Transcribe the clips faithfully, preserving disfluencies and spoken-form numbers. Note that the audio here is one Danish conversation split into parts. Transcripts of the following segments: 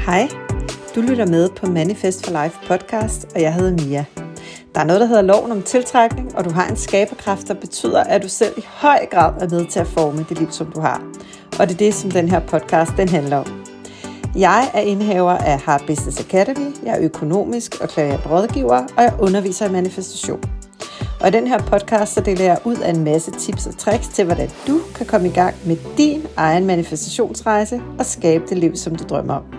Hej, du lytter med på Manifest for Life podcast, og jeg hedder Mia. Der er noget, der hedder loven om tiltrækning, og du har en skaberkraft, der betyder, at du selv i høj grad er med til at forme det liv, som du har. Og det er det, som den her podcast den handler om. Jeg er indehaver af Heart Business Academy, jeg er økonomisk og klaverant rådgiver, og jeg underviser i manifestation. Og i den her podcast, så deler jeg ud af en masse tips og tricks til, hvordan du kan komme i gang med din egen manifestationsrejse og skabe det liv, som du drømmer om.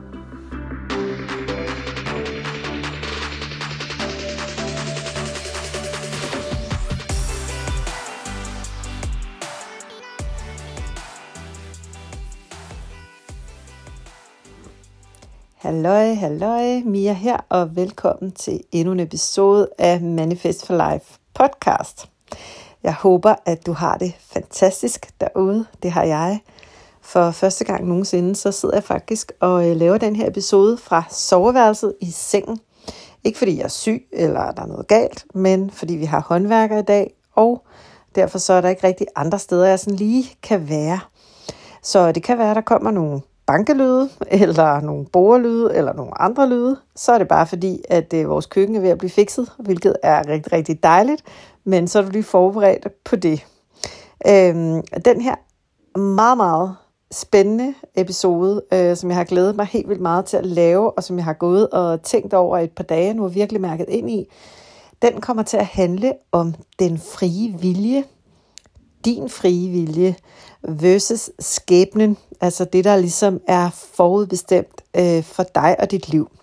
Halløj, halløj, Mia her, og velkommen til endnu en episode af Manifest for Life podcast. Jeg håber, at du har det fantastisk derude. Det har jeg. For første gang nogensinde, så sidder jeg faktisk og laver den her episode fra soveværelset i sengen. Ikke fordi jeg er syg, eller der er noget galt, men fordi vi har håndværkere i dag, og derfor så er der ikke rigtig andre steder, jeg sådan lige kan være. Så det kan være, at der kommer nogle bankelyde, eller nogle borelyde, eller nogle andre lyde, så er det bare fordi, at øh, vores køkken er ved at blive fikset, hvilket er rigtig, rigtig dejligt, men så er du lige forberedt på det. Øhm, den her meget, meget spændende episode, øh, som jeg har glædet mig helt vildt meget til at lave, og som jeg har gået og tænkt over et par dage, nu har virkelig mærket ind i, den kommer til at handle om den frie vilje, din frie vilje, versus skæbnen, altså det, der ligesom er forudbestemt øh, for dig og dit liv.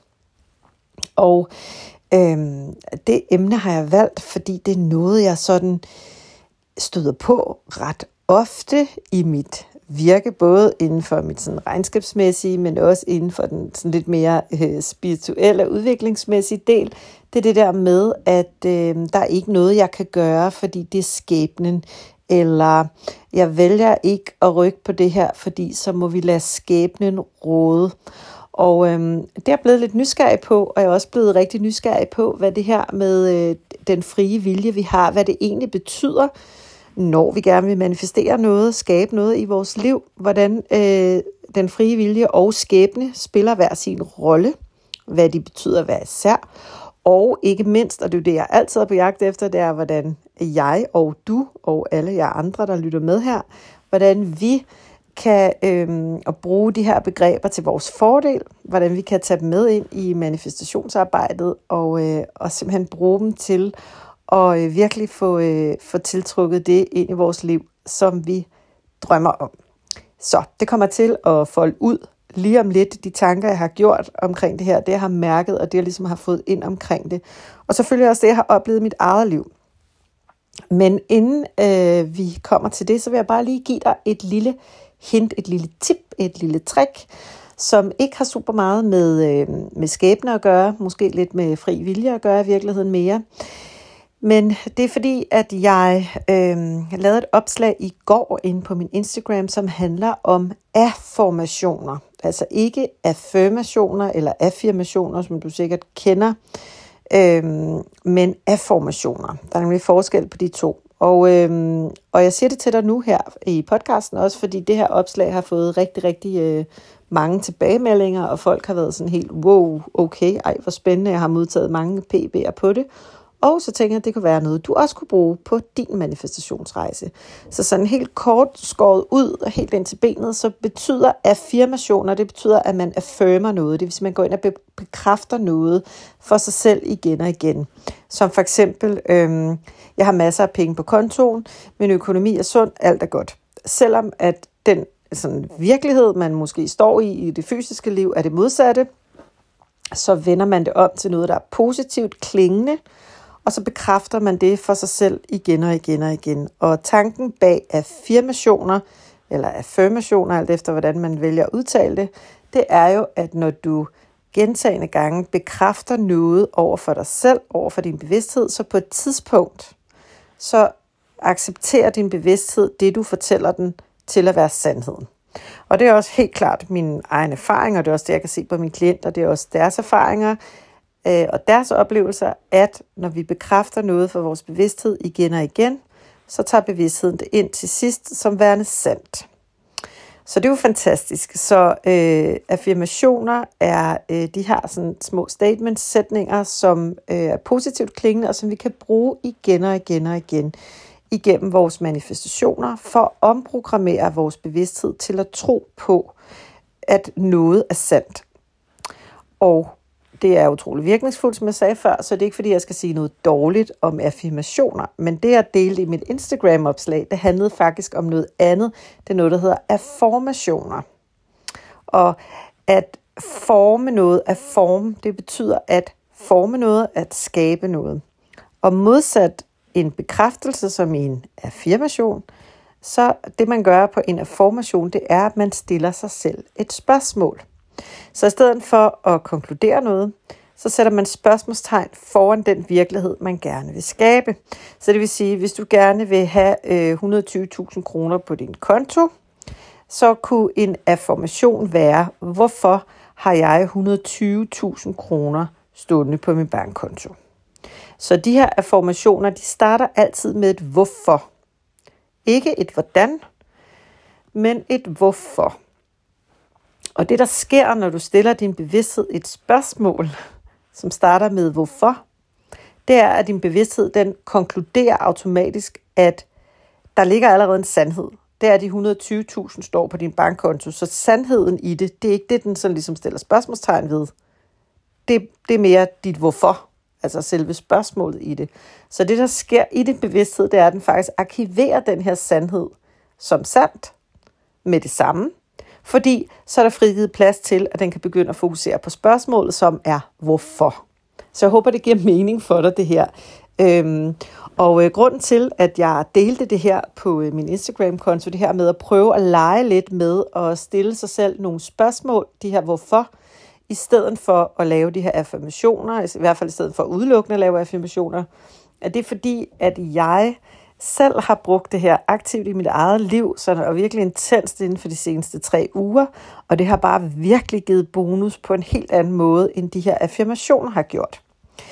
Og øh, det emne har jeg valgt, fordi det er noget, jeg sådan støder på ret ofte i mit virke, både inden for mit sådan regnskabsmæssige, men også inden for den sådan lidt mere øh, spirituelle og udviklingsmæssige del. Det er det der med, at øh, der er ikke noget, jeg kan gøre, fordi det er skæbnen, eller jeg vælger ikke at rykke på det her, fordi så må vi lade skæbnen råde. Og øhm, det er jeg blevet lidt nysgerrig på, og jeg er også blevet rigtig nysgerrig på, hvad det her med øh, den frie vilje, vi har, hvad det egentlig betyder, når vi gerne vil manifestere noget, skabe noget i vores liv, hvordan øh, den frie vilje og skæbne spiller hver sin rolle, hvad de betyder hver især, og ikke mindst, og det er jo det, jeg altid er på jagt efter, det er, hvordan jeg og du og alle jer andre, der lytter med her, hvordan vi kan øhm, at bruge de her begreber til vores fordel, hvordan vi kan tage dem med ind i manifestationsarbejdet, og, øh, og simpelthen bruge dem til at øh, virkelig få, øh, få tiltrukket det ind i vores liv, som vi drømmer om. Så det kommer til at folde ud lige om lidt, de tanker, jeg har gjort omkring det her, det jeg har mærket, og det jeg ligesom har fået ind omkring det. Og selvfølgelig også det, jeg har oplevet i mit eget liv. Men inden øh, vi kommer til det, så vil jeg bare lige give dig et lille hint, et lille tip, et lille trick, som ikke har super meget med, øh, med skæbne at gøre, måske lidt med fri vilje at gøre i virkeligheden mere. Men det er fordi, at jeg øh, lavede et opslag i går inde på min Instagram, som handler om affirmationer. Altså ikke affirmationer eller affirmationer, som du sikkert kender, øh, men affirmationer. Der er nemlig forskel på de to. Og, øh, og jeg siger det til dig nu her i podcasten også, fordi det her opslag har fået rigtig, rigtig øh, mange tilbagemeldinger, og folk har været sådan helt, wow, okay, ej hvor spændende, jeg har modtaget mange P B'er på det. Og så tænker jeg, at det kunne være noget, du også kunne bruge på din manifestationsrejse. Så sådan helt kort skåret ud og helt ind til benet, så betyder affirmationer, det betyder, at man affirmer noget. Det vil sige, at man går ind og bekræfter noget for sig selv igen og igen. Som for eksempel, øhm, jeg har masser af penge på kontoen, min økonomi er sund, alt er godt. Selvom at den sådan, virkelighed, man måske står i i det fysiske liv, er det modsatte, så vender man det om til noget, der er positivt klingende, og så bekræfter man det for sig selv igen og igen og igen. Og tanken bag affirmationer, eller affirmationer, alt efter hvordan man vælger at udtale det, det er jo, at når du gentagne gange bekræfter noget over for dig selv, over for din bevidsthed, så på et tidspunkt, så accepterer din bevidsthed det, du fortæller den til at være sandheden. Og det er også helt klart min egen erfaring, og det er også det, jeg kan se på mine klienter, det er også deres erfaringer, og deres oplevelser, at når vi bekræfter noget for vores bevidsthed igen og igen, så tager bevidstheden det ind til sidst som værende sandt. Så det er jo fantastisk. Så øh, affirmationer er øh, de her sådan, små statements, sætninger, som øh, er positivt klingende, og som vi kan bruge igen og igen og igen igennem vores manifestationer, for at omprogrammere vores bevidsthed til at tro på, at noget er sandt. Og det er utrolig virkningsfuldt, som jeg sagde før, så det er ikke fordi, jeg skal sige noget dårligt om affirmationer. Men det, jeg delte i mit Instagram-opslag, det handlede faktisk om noget andet. Det er noget, der hedder affirmationer. Og at forme noget af form, det betyder at forme noget, at skabe noget. Og modsat en bekræftelse som i en affirmation, så det man gør på en affirmation, det er, at man stiller sig selv et spørgsmål. Så i stedet for at konkludere noget, så sætter man spørgsmålstegn foran den virkelighed, man gerne vil skabe. Så det vil sige, hvis du gerne vil have et hundrede og tyve tusind kroner på din konto, så kunne en affirmation være, hvorfor har jeg et hundrede og tyve tusind kroner stående på min bankkonto? Så de her affirmationer, de starter altid med et hvorfor. Ikke et hvordan, men et hvorfor. Og det, der sker, når du stiller din bevidsthed et spørgsmål, som starter med hvorfor, det er, at din bevidsthed, den konkluderer automatisk, at der ligger allerede en sandhed. Det er, at de et hundrede og tyve tusind står på din bankkonto, så sandheden i det, det er ikke det, den sådan ligesom stiller spørgsmålstegn ved. Det, det er mere dit hvorfor, altså selve spørgsmålet i det. Så det, der sker i din bevidsthed, det er, at den faktisk arkiverer den her sandhed som sandt med det samme. Fordi så er der frigivet plads til, at den kan begynde at fokusere på spørgsmålet, som er hvorfor. Så jeg håber, det giver mening for dig, det her. Øhm, og øh, grunden til, at jeg delte det her på øh, min Instagram-konto, det her med at prøve at lege lidt med at stille sig selv nogle spørgsmål, de her hvorfor, i stedet for at lave de her affirmationer, i hvert fald i stedet for udelukkende at lave affirmationer, er det fordi, at jeg selv har brugt det her aktivt i mit eget liv, så det er virkelig intenst inden for de seneste tre uger, og det har bare virkelig givet bonus på en helt anden måde, end de her affirmationer har gjort.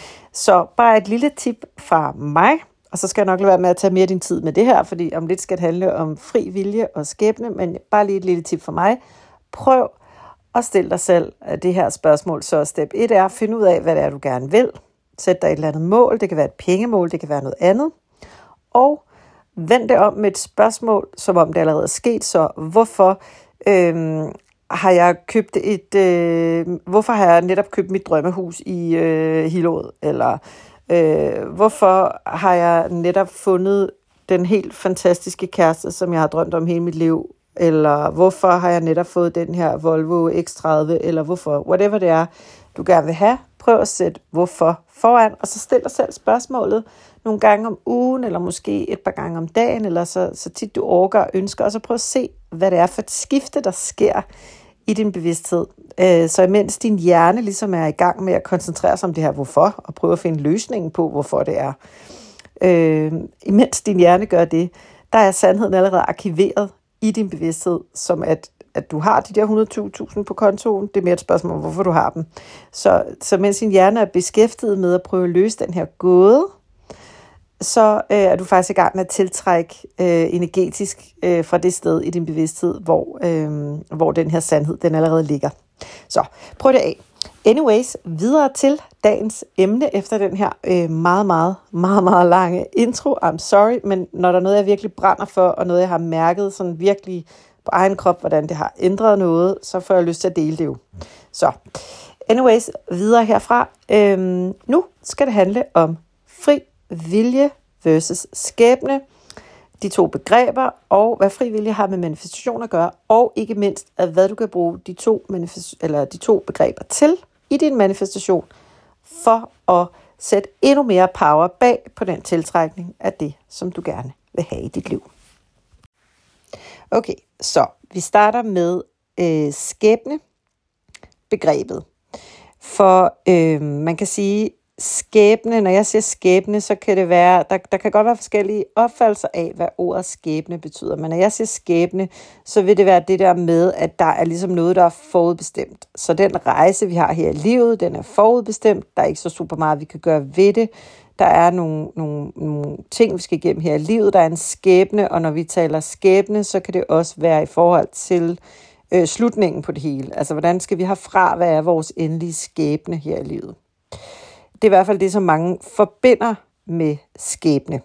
Så bare et lille tip fra mig, og så skal jeg nok lade være med at tage mere din tid med det her, fordi om lidt skal det handle om fri vilje og skæbne, men bare lige et lille tip fra mig. Prøv at stille dig selv det her spørgsmål. Så step et er at finde ud af, hvad det er, du gerne vil. Sæt dig et eller andet mål, det kan være et pengemål, det kan være noget andet. Og vend det om med et spørgsmål, som om det allerede er sket. Så hvorfor øhm, har jeg købt et, øh, hvorfor har jeg netop købt mit drømmehus i øh, Hillerød? Eller øh, hvorfor har jeg netop fundet den helt fantastiske kæreste, som jeg har drømt om hele mit liv? Eller hvorfor har jeg netop fået den her Volvo X tredive? Eller hvorfor, whatever det er, du gerne vil have. Prøv at sætte hvorfor foran, og så stil dig selv spørgsmålet nogle gange om ugen, eller måske et par gange om dagen, eller så, så tit du orker og ønsker, og så prøv at se, hvad det er for et skifte, der sker i din bevidsthed. Så imens din hjerne ligesom er i gang med at koncentrere sig om det her hvorfor, og prøve at finde løsningen på, hvorfor det er. Øh, imens din hjerne gør det, der er sandheden allerede arkiveret i din bevidsthed, som at at du har de der et hundrede og tyve tusind på kontoen. Det er mere et spørgsmål om, hvorfor du har dem. Så, så mens din hjerne er beskæftiget med at prøve at løse den her gåde, så øh, er du faktisk i gang med at tiltrække øh, energetisk øh, fra det sted i din bevidsthed, hvor, øh, hvor den her sandhed den allerede ligger. Så prøv det af. Anyways, videre til dagens emne efter den her øh, meget, meget, meget, meget lange intro. I'm sorry, men når der er noget, jeg virkelig brænder for, og noget, jeg har mærket sådan virkelig på egen krop, hvordan det har ændret noget, så får jeg lyst til at dele det jo. Så, anyways, videre herfra. Øhm, nu skal det handle om fri vilje versus skæbne. De to begreber, og hvad fri vilje har med manifestation at gøre, og ikke mindst, at hvad du kan bruge de to, manifest- eller de to begreber til i din manifestation, for at sætte endnu mere power bag på den tiltrækning af det, som du gerne vil have i dit liv. Okay, så vi starter med øh, skæbne begrebet. For øh, man kan sige, skæbne, når jeg siger skæbne, så kan det være, der, der kan godt være forskellige opfattelser af, hvad ordet skæbne betyder. Men når jeg siger skæbne, så vil det være det der med, at der er ligesom noget, der er forudbestemt. Så den rejse, vi har her i livet, den er forudbestemt. Der er ikke så super meget, vi kan gøre ved det. Der er nogle, nogle, nogle ting, vi skal igennem her i livet. Der er en skæbne, og når vi taler skæbne, så kan det også være i forhold til øh, slutningen på det hele. Altså, hvordan skal vi herfra, hvad er vores endelige skæbne her i livet? Det er i hvert fald det, som mange forbinder med skæbne.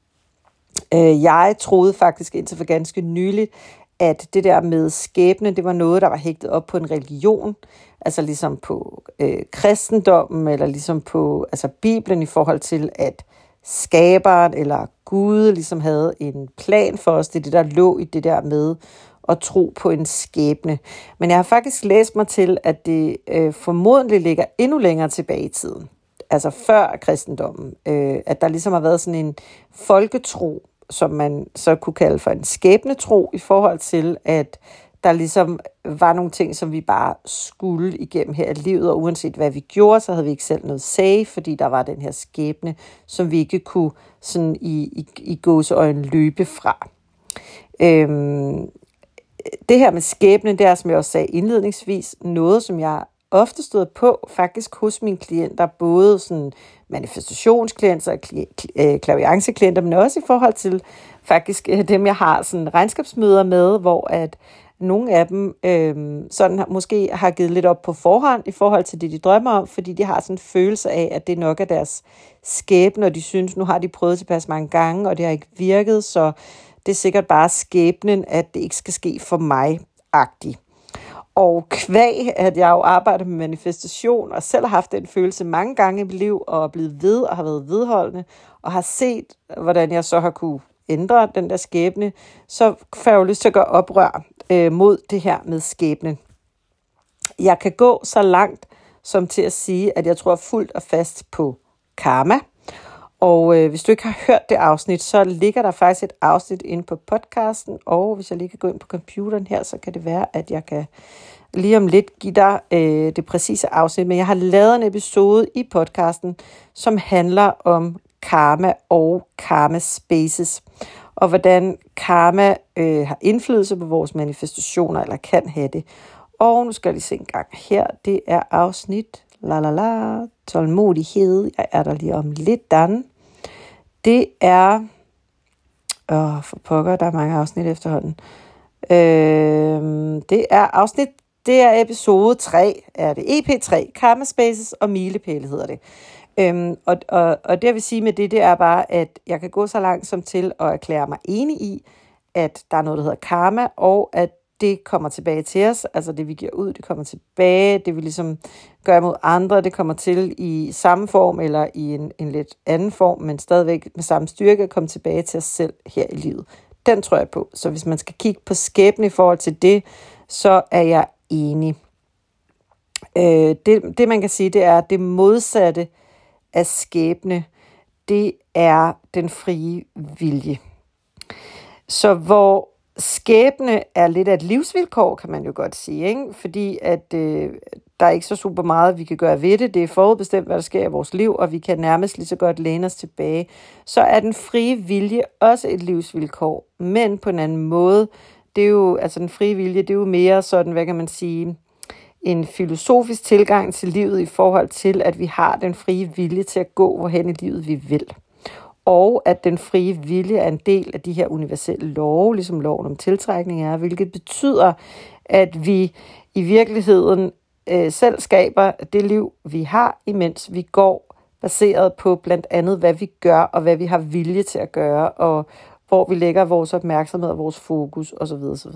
Jeg troede faktisk indtil for ganske nyligt, at det der med skæbne, det var noget, der var hægtet op på en religion. Altså ligesom på øh, kristendommen, eller ligesom på altså Bibelen i forhold til, at skaberen eller Gud ligesom havde en plan for os. Det er det, der lå i det der med at tro på en skæbne. Men jeg har faktisk læst mig til, at det øh, formodentlig ligger endnu længere tilbage i tiden. Altså før kristendommen, øh, at der ligesom har været sådan en folketro, som man så kunne kalde for en skæbnetro, i forhold til, at der ligesom var nogle ting, som vi bare skulle igennem her i livet, og uanset hvad vi gjorde, så havde vi ikke selv noget sag, fordi der var den her skæbne, som vi ikke kunne sådan i, i, i gåseøjne løbe fra. Øhm, det her med skæbne, det er, som jeg også sagde indledningsvis, noget, som jeg ofte stod på faktisk hos mine klienter, både sådan manifestationsklienter og klavianceklienter, men også i forhold til faktisk dem, jeg har sådan regnskabsmøder med, hvor at nogle af dem øh, sådan måske har givet lidt op på forhånd i forhold til det, de drømmer om, fordi de har sådan en følelse af, at det nok er deres skæbne, og de synes, nu har de prøvet tilpas mange gange, og det har ikke virket, så det er sikkert bare skæbnen, at det ikke skal ske for mig-agtigt. Og kvæg, at jeg jo arbejder med manifestation, og selv har haft den følelse mange gange i mit liv, og er blevet ved og har været vedholdende, og har set, hvordan jeg så har kunne ændre den der skæbne, så får jeg jo lyst til at gøre oprør øh, mod det her med skæbnen. Jeg kan gå så langt som til at sige, at jeg tror fuldt og fast på karma. Og øh, hvis du ikke har hørt det afsnit, så ligger der faktisk et afsnit inde på podcasten, og hvis jeg lige kan gå ind på computeren her, så kan det være, at jeg kan lige om lidt give dig øh, det præcise afsnit. Men jeg har lavet en episode i podcasten, som handler om karma og karma spaces, og hvordan karma øh, har indflydelse på vores manifestationer, eller kan have det. Og nu skal jeg lige se en gang her, det er afsnit la la la, tålmodighed, jeg er der lige om lidt, Dan. Det er, åh, for pokker, der er mange afsnit efterhånden. Øh, det er afsnit, det er episode tre, er det E P tre, Karma Spaces og milepæle hedder det. Øhm, og, og, og det jeg vil sige med det, det er bare, at jeg kan gå så langt som til at erklære mig enig i, at der er noget, der hedder karma, og at det kommer tilbage til os, altså det vi giver ud, det kommer tilbage, det vi ligesom gør mod andre, det kommer til i samme form, eller i en, en lidt anden form, men stadigvæk med samme styrke, at komme tilbage til os selv her i livet. Den tror jeg på. Så hvis man skal kigge på skæbne i forhold til det, så er jeg enig. Øh, det, det man kan sige, det er, at det modsatte af skæbne, det er den frie vilje. Så hvor skæbne er lidt af et livsvilkår, kan man jo godt sige, ikke? Fordi at øh, der er ikke så super meget, vi kan gøre ved det. Det er forudbestemt, hvad der sker i vores liv, og vi kan nærmest lige så godt læne os tilbage. Så er den frie vilje også et livsvilkår, men på en anden måde. Det er jo, altså den frie vilje, det er jo mere sådan, hvad kan man sige, en filosofisk tilgang til livet i forhold til, at vi har den frie vilje til at gå, hvorhen i livet vi vil. Og at den frie vilje er en del af de her universelle love, ligesom loven om tiltrækning er, hvilket betyder, at vi i virkeligheden øh, selv skaber det liv, vi har, imens vi går, baseret på blandt andet, hvad vi gør, og hvad vi har vilje til at gøre, og hvor vi lægger vores opmærksomhed og vores fokus osv. osv.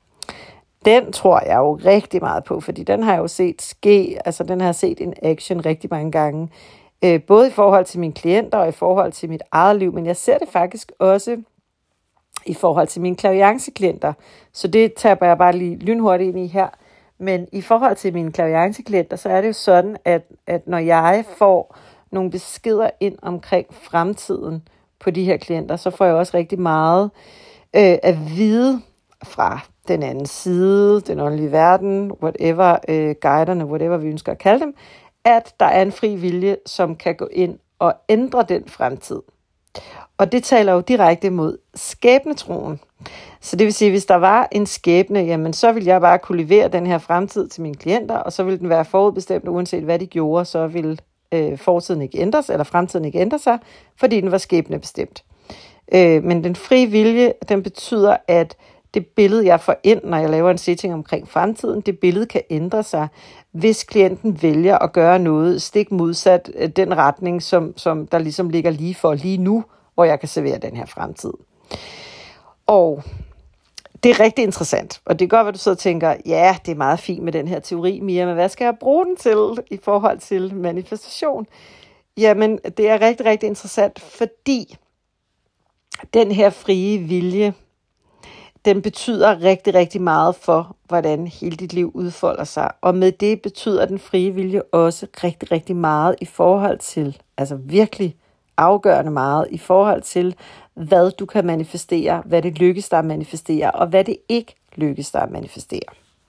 Den tror jeg jo rigtig meget på, fordi den har jeg jo set ske, altså den har jeg set in action rigtig mange gange, øh, både i forhold til mine klienter og i forhold til mit eget liv, men jeg ser det faktisk også i forhold til mine klavianceklienter, så det taber jeg bare lige lynhurtigt ind i her. Men i forhold til mine klavianceklienter, så er det jo sådan, at, at når jeg får nogle beskeder ind omkring fremtiden på de her klienter, så får jeg også rigtig meget øh, at vide fra den anden side, den åndelige verden, whatever, øh, guiderne, whatever vi ønsker at kalde dem, at der er en fri vilje, som kan gå ind og ændre den fremtid. Og det taler jo direkte mod skæbnetroen. Så det vil sige, at hvis der var en skæbne, jamen så ville jeg bare kunne levere den her fremtid til mine klienter, og så ville den være forudbestemt, uanset hvad de gjorde, så ville øh, fortiden ikke ændre sig, eller fremtiden ikke ændre sig, fordi den var skæbnebestemt. Øh, men den frie vilje, den betyder, at det billede, jeg får ind, når jeg laver en setting omkring fremtiden, det billede kan ændre sig, hvis klienten vælger at gøre noget stik modsat den retning, som, som der ligesom ligger lige for lige nu, hvor jeg kan servere den her fremtid. Og det er rigtig interessant, og det er godt, at du sidder og tænker, ja, det er meget fint med den her teori, Mia, men hvad skal jeg bruge den til i forhold til manifestation? Jamen, det er rigtig, rigtig interessant, fordi den her frie vilje, den betyder rigtig, rigtig meget for, hvordan hele dit liv udfolder sig. Og med det betyder den frie vilje også rigtig, rigtig meget i forhold til, altså virkelig afgørende meget, i forhold til, hvad du kan manifestere, hvad det lykkes dig at manifestere, og hvad det ikke lykkes dig at manifestere.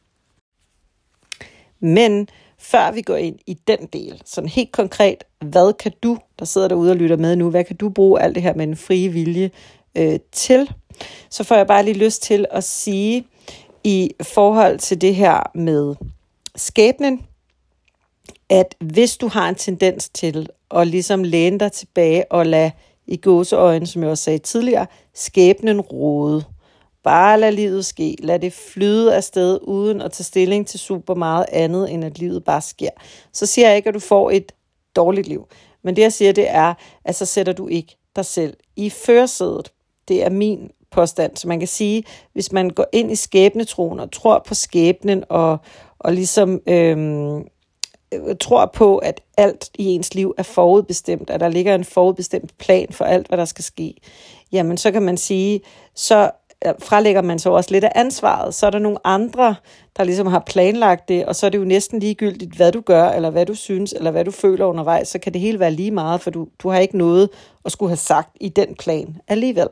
Men før vi går ind i den del, sådan helt konkret, hvad kan du, der sidder derude og lytter med nu, hvad kan du bruge alt det her med den frie vilje øh, til? Så får jeg bare lige lyst til at sige, i forhold til det her med skæbnen, at hvis du har en tendens til at ligesom læne dig tilbage og lade i gåseøjne, som jeg også sagde tidligere, skæbnen rode. Bare lad livet ske. Lad det flyde afsted uden at tage stilling til super meget andet, end at livet bare sker. Så siger jeg ikke, at du får et dårligt liv. Men det jeg siger, det er, at så sætter du ikke dig selv i førersædet. Det er min påstand. Så man kan sige, hvis man går ind i skæbnetroen og tror på skæbnen og, og ligesom øhm, tror på, at alt i ens liv er forudbestemt, at der ligger en forudbestemt plan for alt, hvad der skal ske, jamen så kan man sige, så fralægger man så også lidt af ansvaret. Så er der nogle andre, der ligesom har planlagt det, og så er det jo næsten ligegyldigt, hvad du gør, eller hvad du synes, eller hvad du føler undervejs, så kan det hele være lige meget, for du, du har ikke noget at skulle have sagt i den plan alligevel.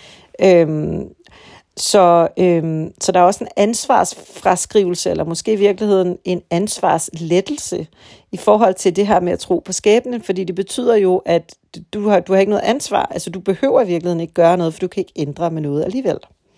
Øhm, så, øhm, så der er også en ansvarsfraskrivelse, eller måske i virkeligheden en ansvarslettelse i forhold til det her med at tro på skæbnen, fordi det betyder jo, at du har, du har ikke noget ansvar, altså du behøver i virkeligheden ikke gøre noget, for du kan ikke ændre med noget alligevel.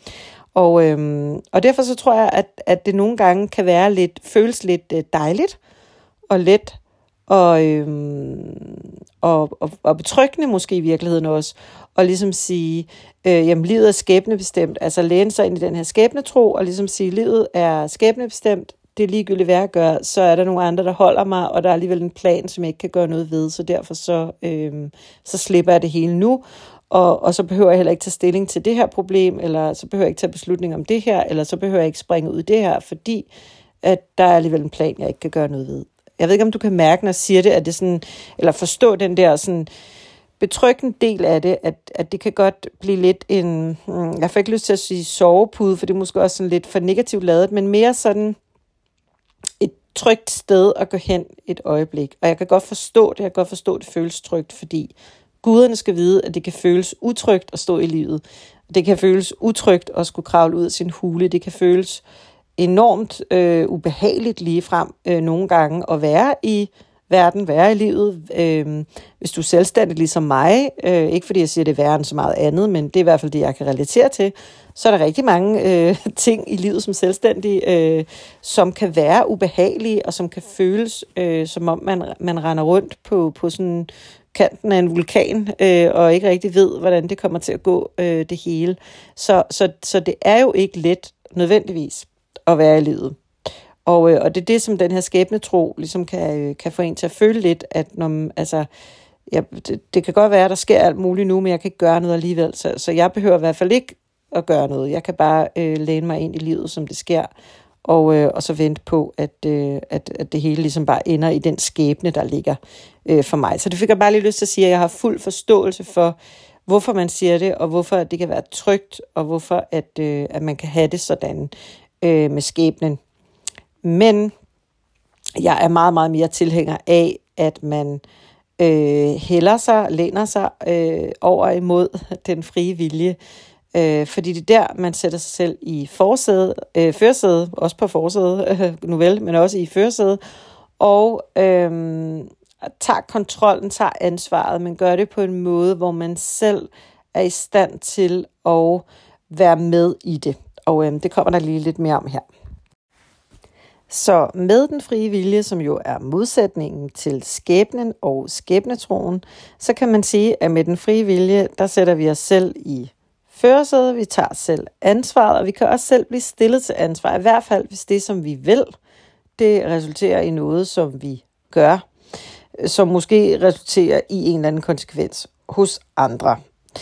Og, øhm, og derfor så tror jeg, at, at det nogle gange kan være lidt, føles lidt øh, dejligt og let og, øhm, og, og, og betryggende måske i virkeligheden også, og ligesom sige, øh, jamen livet er skæbnebestemt, altså læne sig ind i den her skæbnetro, og ligesom sige, livet er skæbnebestemt, det er ligegyldigt hvad jeg gør, så er der nogle andre, der holder mig, og der er alligevel en plan, som jeg ikke kan gøre noget ved, så derfor så, øhm, så slipper jeg det hele nu, og, og så behøver jeg heller ikke tage stilling til det her problem, eller så behøver jeg ikke tage beslutning om det her, eller så behøver jeg ikke springe ud i det her, fordi at der er alligevel en plan, jeg ikke kan gøre noget ved. Jeg ved ikke, om du kan mærke, når jeg siger det, at det sådan, eller forstå den der sådan betryggende del af det, at, at det kan godt blive lidt en, hmm, jeg får ikke lyst til at sige sovepude, for det er måske også sådan lidt for negativt ladet, men mere sådan et trygt sted at gå hen et øjeblik. Og jeg kan godt forstå det, jeg kan godt forstå, at det føles trygt, fordi guderne skal vide, at det kan føles utrygt at stå i livet. Det kan føles utrygt at skulle kravle ud af sin hule. Det kan føles enormt øh, ubehageligt ligefrem øh, nogle gange at være i verden, være i livet. Øh, hvis du er selvstændig ligesom mig, øh, ikke fordi jeg siger, det er værre end så meget andet, men det er i hvert fald det, jeg kan relatere til, så er der rigtig mange øh, ting i livet som selvstændig, øh, som kan være ubehagelige, og som kan føles, øh, som om man, man render rundt på, på sådan kanten af en vulkan, øh, og ikke rigtig ved, hvordan det kommer til at gå øh, det hele. Så, så, så det er jo ikke let nødvendigvis at være i livet. Og, øh, og det er det, som den her skæbnetro ligesom kan, øh, kan få en til at føle lidt, at når man, altså, ja, det, det kan godt være, at der sker alt muligt nu, men jeg kan ikke gøre noget alligevel. Så, så jeg behøver i hvert fald ikke at gøre noget. Jeg kan bare øh, læne mig ind i livet, som det sker, og, øh, og så vente på, at, øh, at, at det hele ligesom bare ender i den skæbne, der ligger øh, for mig. Så det fik jeg bare lige lyst til at sige, at jeg har fuld forståelse for, hvorfor man siger det, og hvorfor det kan være trygt, og hvorfor at, øh, at man kan have det sådan øh, med skæbnen. Men jeg er meget, meget mere tilhænger af, at man øh, hælder sig, læner sig øh, over imod den frie vilje, øh, fordi det er der, man sætter sig selv i forsæde, øh, førersæde, også på forsæde, øh, nu vel, men også i førersæde, og øhm, tager kontrollen, tager ansvaret, men gør det på en måde, hvor man selv er i stand til at være med i det. Og øhm, det kommer der lige lidt mere om her. Så med den frie vilje, som jo er modsætningen til skæbnen og skæbnetroen, så kan man sige, at med den frie vilje, der sætter vi os selv i førersædet, vi tager selv ansvaret, og vi kan også selv blive stillet til ansvar, i hvert fald hvis det, som vi vil, det resulterer i noget, som vi gør, som måske resulterer i en eller anden konsekvens hos andre.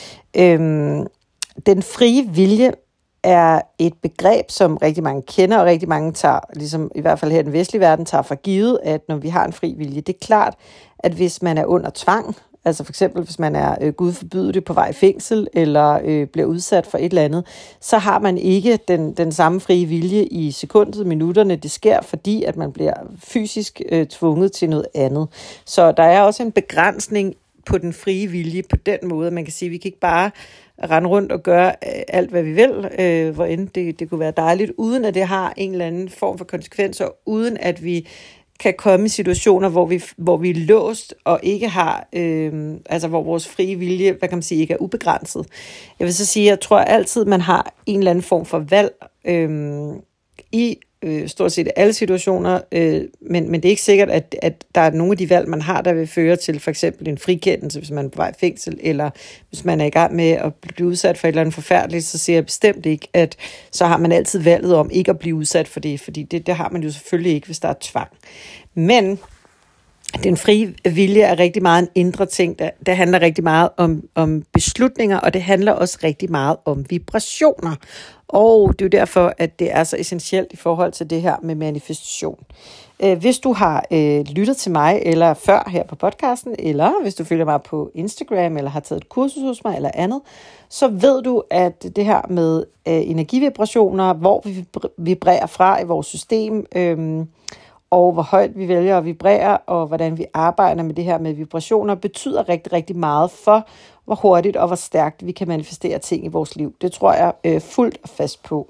Øhm, den frie vilje er et begreb, som rigtig mange kender, og rigtig mange tager, ligesom i hvert fald her i den vestlige verden, tager for givet, at når vi har en fri vilje, det er klart, at hvis man er under tvang, altså for eksempel hvis man er, øh, Gud forbyde det, på vej i fængsel, eller øh, bliver udsat for et eller andet, så har man ikke den, den samme frie vilje i sekundet, minutterne. Det sker, fordi at man bliver fysisk øh, tvunget til noget andet. Så der er også en begrænsning på den frie vilje på den måde. Man kan sige, at vi kan ikke bare rende rundt og gøre alt, hvad vi vil, øh, hvor end det, det kunne være dejligt, uden at det har en eller anden form for konsekvenser, uden at vi kan komme i situationer, hvor vi, hvor vi er låst og ikke har, øh, altså hvor vores frie vilje, hvad kan man sige, ikke er ubegrænset. Jeg vil så sige, jeg tror altid, man har en eller anden form for valg øh, i øh, stort set alle situationer, øh, men, men det er ikke sikkert, at, at der er nogle af de valg, man har, der vil føre til for eksempel en frikendelse, hvis man er på vej i fængsel, eller hvis man er i gang med at blive udsat for et eller andet forfærdeligt, så siger jeg bestemt ikke, at så har man altid valget om ikke at blive udsat for det, fordi det, det har man jo selvfølgelig ikke, hvis der er tvang. Men den frie vilje er rigtig meget en indre ting. Det, det handler rigtig meget om, om beslutninger, og det handler også rigtig meget om vibrationer. Og det er jo derfor, at det er så essentielt i forhold til det her med manifestation. Hvis du har øh, lyttet til mig, eller før her på podcasten, eller hvis du følger mig på Instagram, eller har taget et kursus hos mig, eller andet, så ved du, at det her med øh, energivibrationer, hvor vi vibrerer fra i vores system, øh, og hvor højt vi vælger at vibrere, og hvordan vi arbejder med det her med vibrationer, betyder rigtig, rigtig meget for, hvor hurtigt og hvor stærkt vi kan manifestere ting i vores liv. Det tror jeg øh, fuldt og fast på.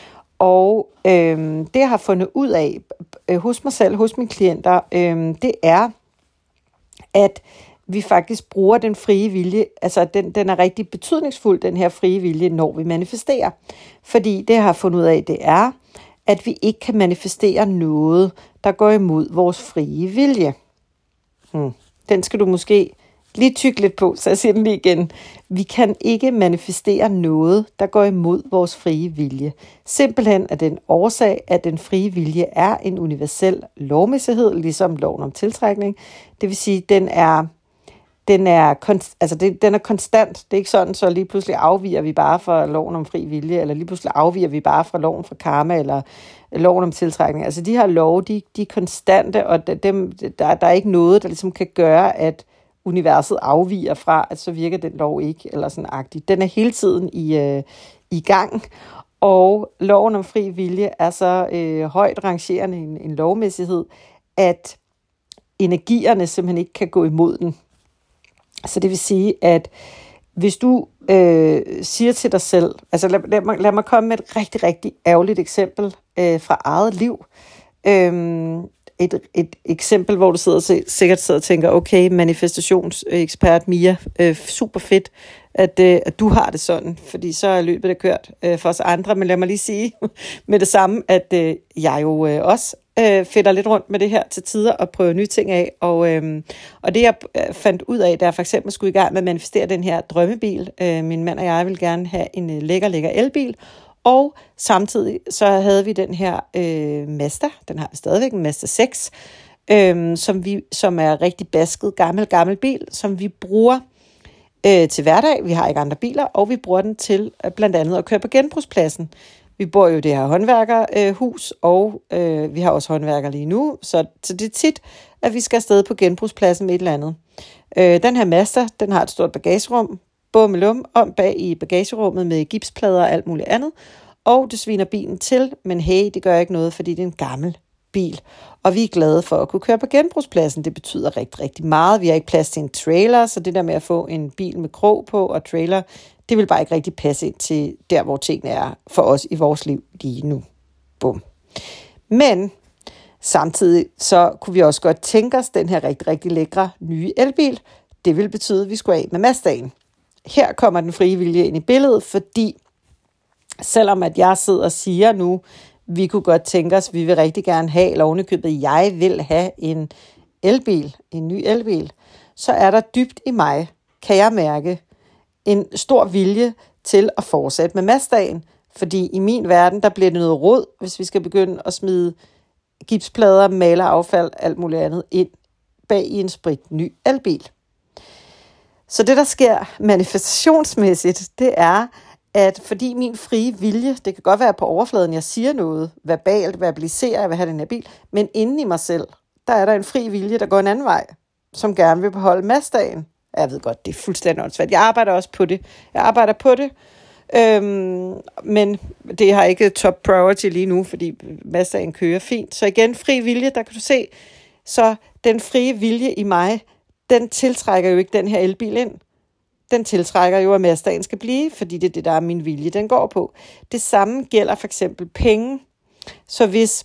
Og øh, det, jeg har fundet ud af øh, hos mig selv, hos mine klienter, øh, det er, at vi faktisk bruger den frie vilje, altså den, den er rigtig betydningsfuld, den her frie vilje, når vi manifesterer. Fordi det, jeg har fundet ud af, det er, at vi ikke kan manifestere noget, der går imod vores frie vilje. Hmm. Den skal du måske lige tykke lidt på, så jeg siger den lige igen. Vi kan ikke manifestere noget, der går imod vores frie vilje. Simpelthen af den årsag, at den frie vilje er en universel lovmæssighed, ligesom loven om tiltrækning. Det vil sige, den er Den er, altså det, den er konstant. Det er ikke sådan, så lige pludselig afviger vi bare fra loven om fri vilje, eller lige pludselig afviger vi bare fra loven for karma, eller loven om tiltrækning. Altså de her love, de, de er konstante, og dem, der, der er ikke noget, der ligesom kan gøre, at universet afviger fra, at så virker den lov ikke, eller sådan agtigt. Den er hele tiden i, øh, i gang, og loven om fri vilje er så øh, højt rangerende en, en lovmæssighed, at energierne simpelthen ikke kan gå imod den. Så det vil sige, at hvis du øh, siger til dig selv, altså lad, lad, mig, lad mig komme med et rigtig, rigtig ærgerligt eksempel øh, fra eget liv. Øh, et, et eksempel, hvor du sidder, sikkert sidder og tænker, okay, manifestationsekspert Mia, øh, super fedt, at, øh, at du har det sådan, fordi så er løbet det kørt øh, for os andre. Men lad mig lige sige med det samme, at øh, jeg jo øh, også øh, fedter lidt rundt med det her til tider og prøver nye ting af. Og, øh, og det jeg fandt ud af, da jeg for eksempel skulle i gang med at manifestere den her drømmebil. Øh, min mand og jeg ville gerne have en øh, lækker, lækker elbil. Og samtidig så havde vi den her øh, Mazda, den har vi stadigvæk, en Mazda seks, øh, som, vi, som er rigtig basket, gammel, gammel bil, som vi bruger øh, til hverdag. Vi har ikke andre biler, og vi bruger den til øh, blandt andet at køre på genbrugspladsen. Vi bor jo i det her håndværkerhus, øh, og øh, vi har også håndværker lige nu, så, så det er tit, at vi skal afsted på genbrugspladsen med et eller andet. Øh, den her Mazda, den har et stort bagagerum, bummelum, om bag i bagagerummet med gipsplader og alt muligt andet, og det sviner bilen til, men hey, det gør ikke noget, fordi det er en gammel bil, og vi er glade for at kunne køre på genbrugspladsen. Det betyder rigtig, rigtig meget. Vi har ikke plads til en trailer, så det der med at få en bil med krog på og trailer, det vil bare ikke rigtig passe ind til der, hvor tingene er for os i vores liv lige nu. Bum. Men Samtidig så kunne vi også godt tænke os den her rigtig, rigtig lækre nye elbil. Det vil betyde, at vi skulle af med Mazdaen. Her kommer den frie vilje ind i billedet, fordi selvom at jeg sidder og siger nu, vi kunne godt tænke os, vi vil rigtig gerne have, eller ovenikøbet, jeg vil have en elbil, en ny elbil, så er der dybt i mig, kan jeg mærke, en stor vilje til at fortsætte med Mazdaen, fordi i min verden, der bliver det noget rod, hvis vi skal begynde at smide gipsplader, maler, affald, alt muligt andet ind bag i en sprit ny elbil. Så det, der sker manifestationsmæssigt, det er, at fordi min frie vilje, det kan godt være på overfladen, jeg siger noget, verbalt, verbaliserer, jeg vil have den her bil, men inden i mig selv, der er der en fri vilje, der går en anden vej, som gerne vil beholde Mazdaen. Jeg ved godt, det er fuldstændig åndssvagt. Jeg arbejder også på det. Jeg arbejder på det, øhm, men det har ikke top priority lige nu, fordi Mazdaen kører fint. Så igen, fri vilje, der kan du se, så den frie vilje i mig, den tiltrækker jo ikke den her elbil ind. Den tiltrækker jo, at Mazdaen skal blive, fordi det er det, der er min vilje, den går på. Det samme gælder for eksempel penge. Så hvis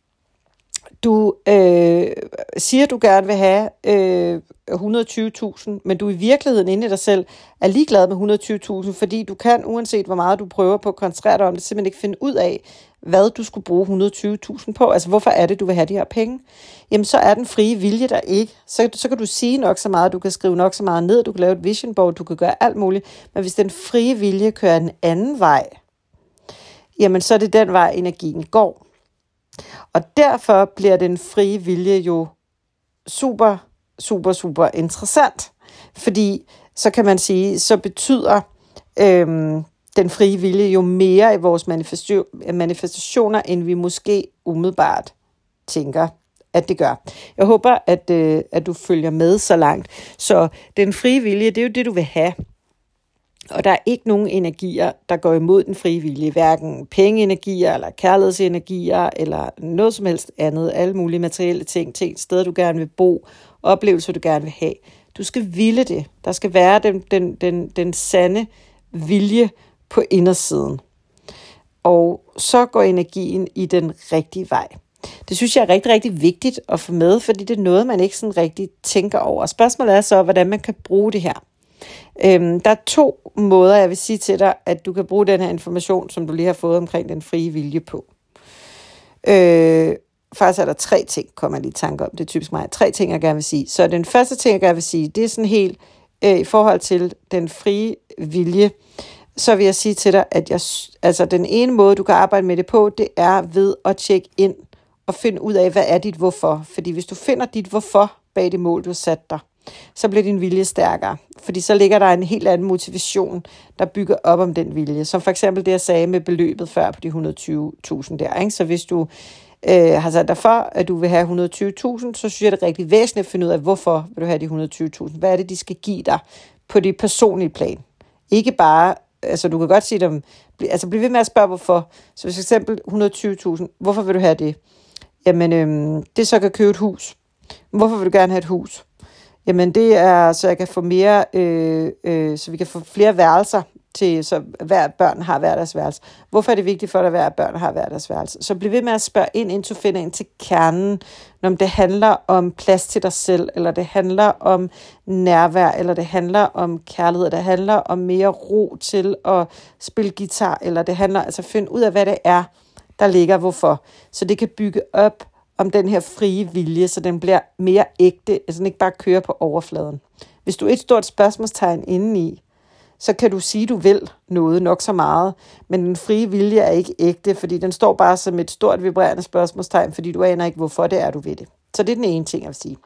du øh, siger, du gerne vil have øh, et hundrede og tyve tusind, men du i virkeligheden inde i dig selv er ligeglad med et hundrede og tyve tusind, fordi du kan, uanset hvor meget du prøver på at koncentrere dig om det, simpelthen ikke finde ud af, hvad du skulle bruge et hundrede og tyve tusind på. Altså, hvorfor er det, du vil have de her penge? Jamen, så er den frie vilje der ikke. Så, så kan du sige nok så meget, du kan skrive nok så meget ned, du kan lave et vision board, du kan gøre alt muligt. Men hvis den frie vilje kører en anden vej, jamen, så er det den vej, energien går. Og derfor bliver den frie vilje jo super, super, super interessant. Fordi så kan man sige, så betyder øhm, den frie vilje jo mere i vores manifestationer, end vi måske umiddelbart tænker, at det gør. Jeg håber, at, øh, at du følger med så langt. Så den frie vilje, det er jo det, du vil have. Og der er ikke nogen energier, der går imod den frie vilje. Hverken pengeenergier, eller kærlighedsenergier, eller noget som helst andet. Alle mulige materielle ting, ting, steder du gerne vil bo, oplevelser du gerne vil have. Du skal ville det. Der skal være den, den, den, den sande vilje på indersiden. Og så går energien i den rigtige vej. Det synes jeg er rigtig, rigtig vigtigt at få med, fordi det er noget, man ikke sådan rigtig tænker over. Spørgsmålet er så, hvordan man kan bruge det her. Øhm, der er to måder, jeg vil sige til dig, at du kan bruge den her information, som du lige har fået omkring den frie vilje på. Øh, faktisk er der tre ting, kommer jeg lige i tanke om. Det er typisk mig. Tre ting, jeg gerne vil sige. Så den første ting, jeg gerne vil sige, det er sådan helt øh, i forhold til den frie vilje. Så vil jeg sige til dig, at jeg, altså den ene måde, du kan arbejde med det på, det er ved at tjekke ind og finde ud af, hvad er dit hvorfor. Fordi hvis du finder dit hvorfor bag det mål, du har sat dig, så bliver din vilje stærkere. Fordi så ligger der en helt anden motivation, der bygger op om den vilje. Som for eksempel det, jeg sagde med beløbet før på de et hundrede og tyve tusind der. Ikke? Så hvis du øh, har sat dig for, at du vil have et hundrede og tyve tusind, så synes jeg, det er rigtig væsentligt at finde ud af, hvorfor vil du have de et hundrede og tyve tusind. Hvad er det, de skal give dig på det personlige plan? Ikke bare, altså du kan godt sige dem, altså bliv ved med at spørge, hvorfor. Så hvis for eksempel et hundrede og tyve tusind, hvorfor vil du have det? Jamen, øhm, det så kan købe et hus. Hvorfor vil du gerne have et hus? Jamen det er, så jeg kan få mere, øh, øh, så vi kan få flere værelser til, så hver børn har hver deres værelse. Hvorfor er det vigtigt for dig, at hver børn har hver deres værelse? Så bliv ved med at spørge ind, indtil du finder ind til kernen, når det handler om plads til dig selv, eller det handler om nærvær, eller det handler om kærlighed, det handler om mere ro til at spille guitar, eller det handler, altså find ud af, hvad det er, der ligger hvorfor. Så det kan bygge op om den her frie vilje, så den bliver mere ægte, altså den ikke bare kører på overfladen. Hvis du er et stort spørgsmålstegn indeni, så kan du sige, du vil noget nok så meget, men den frie vilje er ikke ægte, fordi den står bare som et stort vibrerende spørgsmålstegn, fordi du aner ikke, hvorfor det er, du ved det. Så det er den ene ting, jeg vil sige.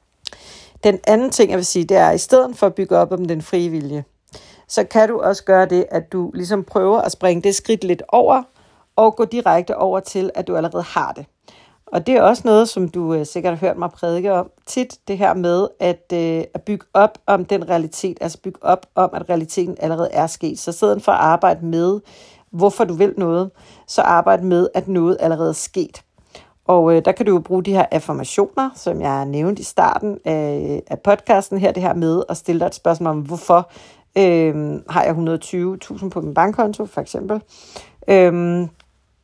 Den anden ting, jeg vil sige, det er, at i stedet for at bygge op om den frie vilje, så kan du også gøre det, at du ligesom prøver at springe det skridt lidt over, og gå direkte over til, at du allerede har det. Og det er også noget, som du øh, sikkert har hørt mig prædike om tit, det her med at, øh, at bygge op om den realitet, altså bygge op om, at realiteten allerede er sket. Så i stedet for at arbejde med, hvorfor du vil noget, så arbejde med, at noget allerede er sket. Og øh, der kan du jo bruge de her affirmationer, som jeg nævnte i starten af, af podcasten her, det her med at stille dig et spørgsmål om, hvorfor øh, har jeg et hundrede og tyve tusind på min bankkonto, for eksempel. Øh,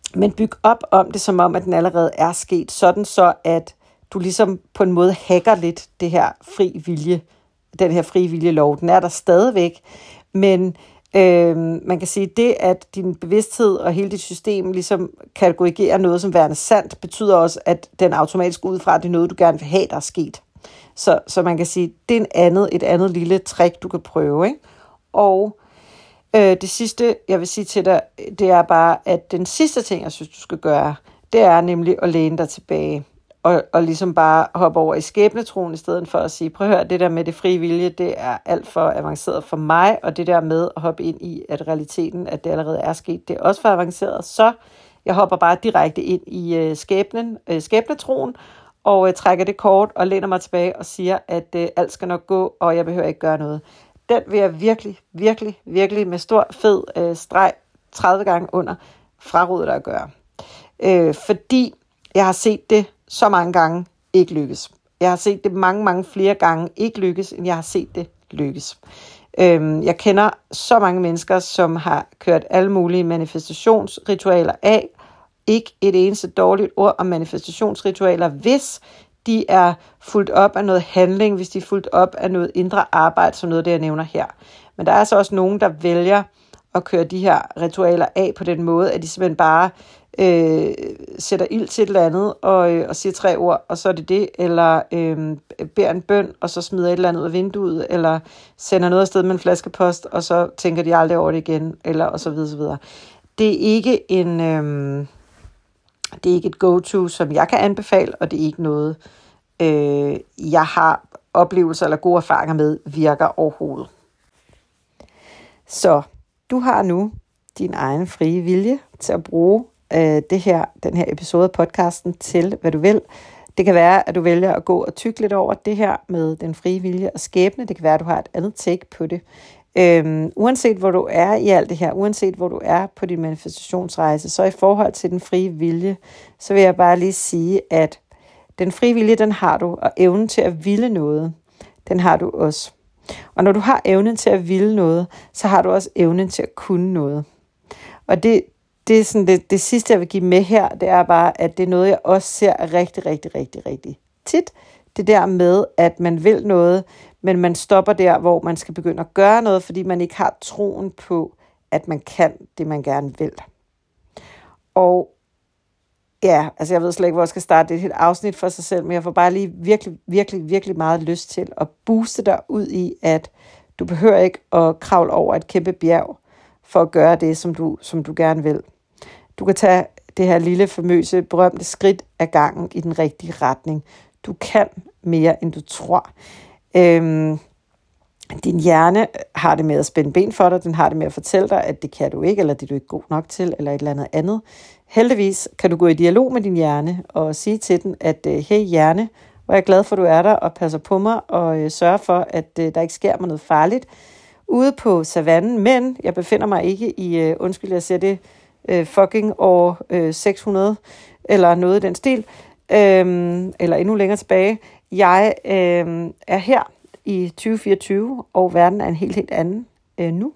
Men byg op om det, som om, at den allerede er sket, sådan så, at du ligesom på en måde hacker lidt det her fri vilje, den her fri viljelov. Den er der stadigvæk, men øh, man kan sige, det, at din bevidsthed og hele dit system ligesom kategoriserer noget som værende sandt, betyder også, at den automatisk ud fra, at det er noget, du gerne vil have, der er sket. Så, så man kan sige, det er en andet, et andet lille trick, du kan prøve, ikke? Og øh, det sidste, jeg vil sige til dig, det er bare, at den sidste ting, jeg synes, du skal gøre, det er nemlig at læne dig tilbage. Og, og ligesom bare hoppe over i skæbnetroen, i stedet for at sige, prøv at høre, det der med det frie vilje, det er alt for avanceret for mig, og det der med at hoppe ind i, at realiteten, at det allerede er sket, det er også for avanceret. Så jeg hopper bare direkte ind i øh, skæbnen, øh, skæbnetroen, og øh, trækker det kort og læner mig tilbage og siger, at øh, alt skal nok gå, og jeg behøver ikke gøre noget. Den vil jeg virkelig, virkelig, virkelig med stor fed øh, streg tredive gange under fraråde dig at gøre. Øh, fordi jeg har set det så mange gange ikke lykkes. Jeg har set det mange, mange flere gange ikke lykkes, end jeg har set det lykkes. Øhm, jeg kender så mange mennesker, som har kørt alle mulige manifestationsritualer af. Ikke et eneste dårligt ord om manifestationsritualer, hvis de er fuldt op af noget handling, hvis de er fuldt op af noget indre arbejde, som noget, det jeg nævner her. Men der er altså også nogen, der vælger at køre de her ritualer af på den måde, at de simpelthen bare øh, sætter ild til et eller andet og, øh, og siger tre ord, og så er det det, eller øh, beder en bøn, og så smider et eller andet ud af vinduet, eller sender noget afsted med en flaskepost, og så tænker de aldrig over det igen, eller og så videre, så videre. Det er ikke en, øh, det er ikke et go-to, som jeg kan anbefale, og det er ikke noget, øh, jeg har oplevelser eller gode erfaringer med, virker overhovedet. Så du har nu din egen frie vilje til at bruge øh, det her, den her episode af podcasten til, hvad du vil. Det kan være, at du vælger at gå og tygge lidt over det her med den frie vilje og skæbne. Det kan være, at du har et andet take på det. Øhm, uanset hvor du er i alt det her, uanset hvor du er på din manifestationsrejse, så i forhold til den frie vilje, så vil jeg bare lige sige, at den frie vilje, den har du, og evnen til at ville noget, den har du også. Og når du har evnen til at ville noget, så har du også evnen til at kunne noget. Og det, det er sådan det, det sidste, jeg vil give med her, det er bare, at det er noget, jeg også ser rigtig, rigtig, rigtig, rigtig tit. Det der med, at man vil noget, men man stopper der, hvor man skal begynde at gøre noget, fordi man ikke har troen på, at man kan det, man gerne vil. Og ja, altså jeg ved slet ikke, hvor jeg skal starte. Det er et helt afsnit for sig selv, men jeg får bare lige virkelig, virkelig, virkelig meget lyst til at booste dig ud i, at du behøver ikke at kravle over et kæmpe bjerg for at gøre det, som du, som du gerne vil. Du kan tage det her lille, famøse, berømte skridt af gangen i den rigtige retning. Du kan mere, end du tror. Øhm, din hjerne har det med at spænde ben for dig. Den har det med at fortælle dig, at det kan du ikke, eller det er du ikke god nok til, eller et eller andet andet. Heldigvis kan du gå i dialog med din hjerne og sige til den, at hey hjerne, hvor er jeg glad for, at du er der og passer på mig og øh, sørger for, at øh, der ikke sker mig noget farligt ude på savannen. Men jeg befinder mig ikke i, øh, undskyld jeg siger det, øh, fucking år øh, seks hundrede eller noget i den stil, øh, eller endnu længere tilbage. Jeg øh, er her i tyve fireogtyve, og verden er en helt, helt anden øh, nu.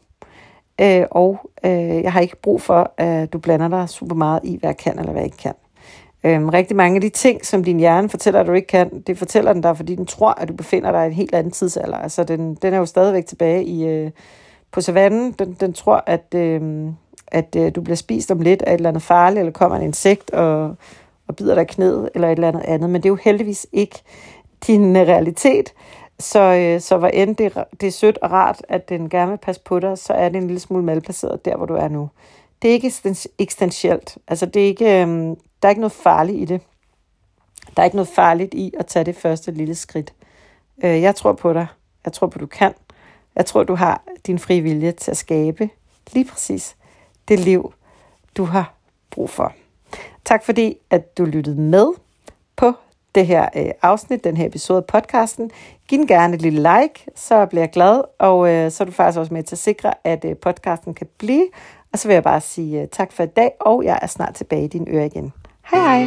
Øh, og øh, jeg har ikke brug for, at du blander dig super meget i, hvad jeg kan eller hvad jeg ikke kan. Øh, rigtig mange af de ting, som din hjerne fortæller, at du ikke kan, det fortæller den dig, fordi den tror, at du befinder dig i en helt anden tidsalder. Altså den, den er jo stadigvæk tilbage i, øh, på savannen. Den, den tror, at, øh, at øh, du bliver spist om lidt af et eller andet farligt, eller kommer en insekt og, og bider dig i knæet, eller et eller andet andet. Men det er jo heldigvis ikke din realitet. Så, øh, så hvor end det, det er sødt og rart, at den gerne vil passe på dig, så er det en lille smule malplaceret der, hvor du er nu. Det er ikke eksistentielt. Altså det er ikke, øh, der er ikke noget farligt i det. Der er ikke noget farligt i at tage det første lille skridt. Øh, jeg tror på dig. Jeg tror på, du kan. Jeg tror, du har din frie vilje til at skabe lige præcis det liv, du har brug for. Tak fordi, at du lyttede med på det her øh, afsnit, den her episode af podcasten. Giv den gerne et lille like, så bliver jeg glad, og øh, så er du faktisk også med til at sikre, at øh, podcasten kan blive. Og så vil jeg bare sige øh, tak for i dag, og jeg er snart tilbage i dine ører igen. Hej hej!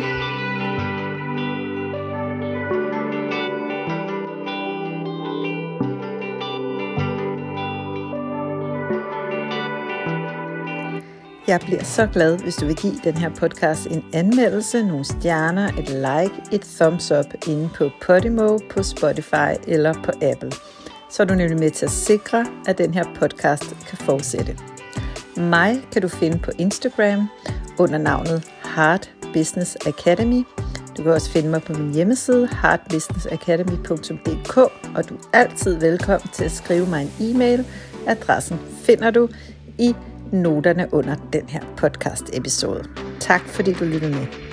Jeg bliver så glad, hvis du vil give den her podcast en anmeldelse, nogle stjerner, et like, et thumbs up inde på Podimo, på Spotify eller på Apple. Så er du nemlig med til at sikre, at den her podcast kan fortsætte. Mig kan du finde på Instagram under navnet Heart Business Academy. Du kan også finde mig på min hjemmeside heart business academy punktum d k, og du er altid velkommen til at skrive mig en e-mail. Adressen finder du i noterne under den her podcast episode. Tak fordi du lyttede med.